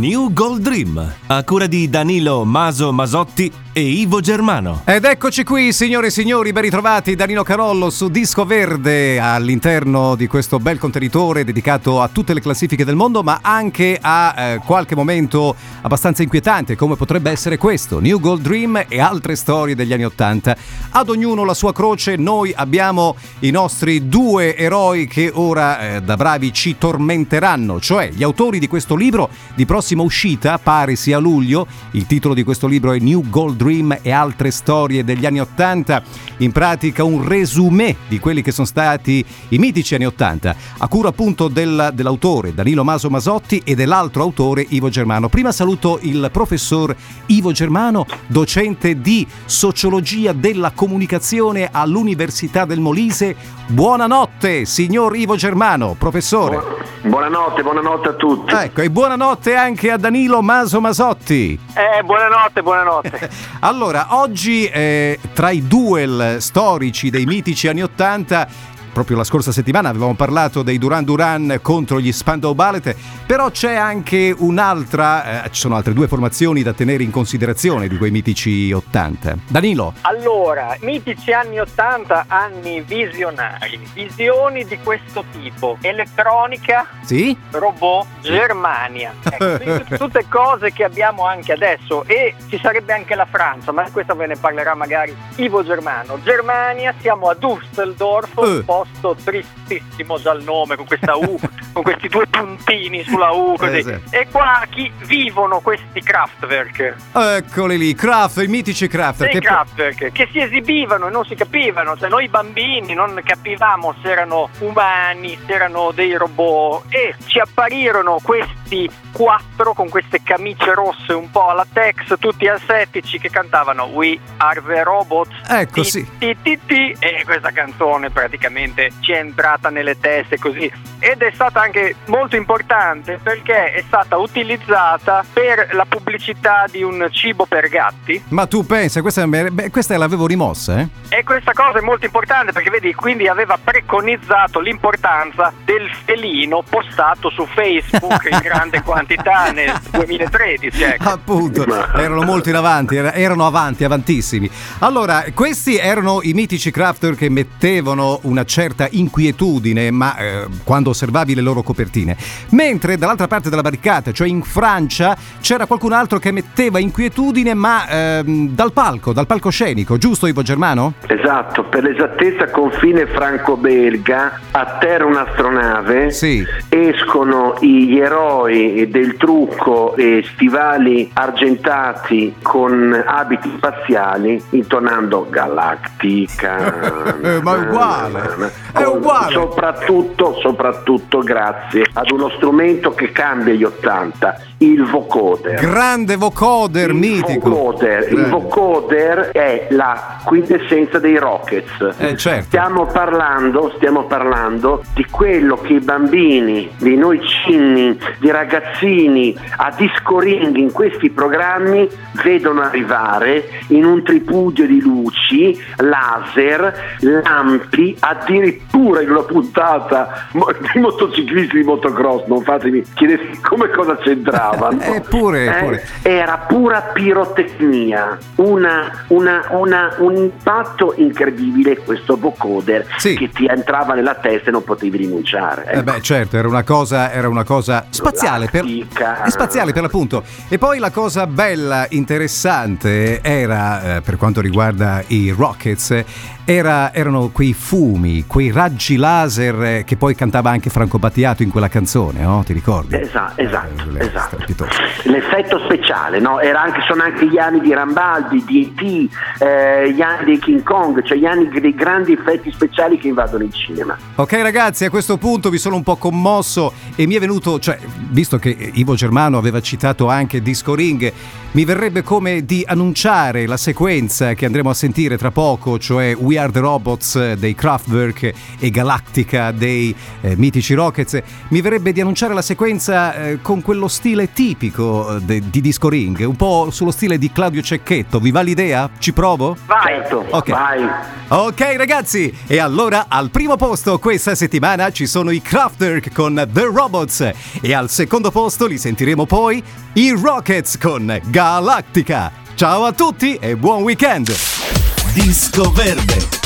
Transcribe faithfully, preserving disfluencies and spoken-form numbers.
New Gold Dream, a cura di Danilo Maso Masotti e Ivo Germano. Ed eccoci qui, signore e signori, ben ritrovati. Danilo Carollo su Disco Verde, all'interno di questo bel contenitore dedicato a tutte le classifiche del mondo, ma anche a eh, qualche momento abbastanza inquietante, come potrebbe essere questo, New Gold Dream e altre storie degli anni Ottanta. Ad ognuno la sua croce. Noi abbiamo i nostri due eroi che ora eh, da bravi ci tormenteranno, cioè gli autori di questo libro di prossima uscita, pare sia luglio. Il titolo di questo libro è New Gold Dream e altre storie degli anni Ottanta, in pratica un resumé di quelli che sono stati i mitici anni Ottanta, a cura appunto del, dell'autore Danilo Maso Masotti e dell'altro autore Ivo Germano. Prima saluto il professor Ivo Germano, docente di sociologia della comunicazione all'Università del Molise. Buonanotte signor Ivo Germano, professore. Buonanotte, buonanotte a tutti. Ecco, e buonanotte anche a Danilo Maso Masotti. Eh, buonanotte, buonanotte. Allora, oggi eh, tra i duel storici dei mitici anni Ottanta, proprio la scorsa settimana avevamo parlato dei Duran Duran contro gli Spandau Ballet, però c'è anche un'altra, eh, ci sono altre due formazioni da tenere in considerazione di quei mitici Ottanta. Danilo. Allora, mitici anni Ottanta, anni visionari, visioni di questo tipo: elettronica, sì? robot, Germania, ecco, quindi tutte cose che abbiamo anche adesso, e ci sarebbe anche la Francia, ma questo ve ne parlerà magari Ivo Germano. Germania, siamo a Düsseldorf, un uh. posto tristissimo dal nome, con questa U, con questi due puntini sulla U, così. Eh, sì. E qua chi vivono questi Kraftwerk. Eccoli lì, Kraft, i mitici Kraftwerk. Sì, che Kraftwerk, che si esibivano e non si capivano, cioè noi bambini non capivamo se erano umani, se erano dei robot, e ci apparirono questi quattro con queste camicie rosse un po' alla Tex, tutti assettici, che cantavano We Are The Robots. Ecco, ti, sì. Ti, ti, ti, e questa canzone praticamente ci è entrata nelle teste così, ed è stata anche molto importante perché è stata utilizzata per la pubblicità di un cibo per gatti. Ma tu pensa, questa, beh, questa l'avevo rimossa, eh? E questa cosa è molto importante perché vedi, quindi aveva preconizzato l'importanza del felino postato su Facebook in grande quantità nel duemilatredici, ecco. Appunto, erano molto in avanti, erano avanti, avantissimi. Allora, questi erano i mitici Kraftwerk che mettevano una certa inquietudine, ma eh, quando osservavi le loro copertine. Mentre dall'altra parte della barricata, cioè in Francia, c'era qualcun altro che metteva inquietudine, ma ehm, dal palco, dal palcoscenico, giusto Ivo Germano? Esatto, per l'esattezza confine franco-belga, a terra un'astronave, sì. Escono gli eroi del trucco e stivali argentati con abiti spaziali intonando Galactica. Ma è uguale, è uguale. Soprattutto, soprattutto grazie ad uno strumento che cambia gli Ottanta, il vocoder. Grande vocoder, il mitico. Vocoder. Il vocoder è la quintessenza dei Rockets. Eh, certo. Stiamo parlando, stiamo parlando di quello che i bambini, di noi cinni, di ragazzini a disco ring in questi programmi vedono arrivare in un tripudio di luci, laser, lampi, addirittura in una puntata di motociclisti di motocross. Non fatemi chiedere come cosa c'entrava. Eppure, eppure. Eh, era pura pirotecnia, una, una, una, un impatto incredibile questo vocoder, sì, che ti entrava nella testa e non potevi rinunciare. Ecco. Eh beh, certo, era una cosa, era una cosa spaziale per, spaziale per l'appunto. E poi la cosa bella, interessante, era eh, per quanto riguarda i Rockets, era, erano quei fumi, quei raggi laser che poi cantava anche Franco Battiato in quella canzone, no? Ti ricordi? Esatto, esatto, eh, esatto. L'effetto speciale, no? Era anche, sono anche gli anni di Rambaldi, di E T, eh, gli anni di King Kong, cioè gli anni dei grandi effetti speciali che invadono il cinema. Ok ragazzi, a questo punto vi sono un po' commosso e mi è venuto, cioè, visto che Ivo Germano aveva citato anche Disco Ring, mi verrebbe come di annunciare la sequenza che andremo a sentire tra poco, cioè We We Are The Robots dei Kraftwerk e Galactica dei eh, mitici Rockets, mi verrebbe di annunciare la sequenza eh, con quello stile tipico de, di Disco Ring, un po' sullo stile di Claudio Cecchetto. Vi va l'idea? Ci provo? Vai! Certo, Ok. vai. Ok ragazzi, e allora al primo posto questa settimana ci sono i Kraftwerk con The Robots e al secondo posto li sentiremo poi i Rockets con Galactica. Ciao a tutti e buon weekend! Disco Verde.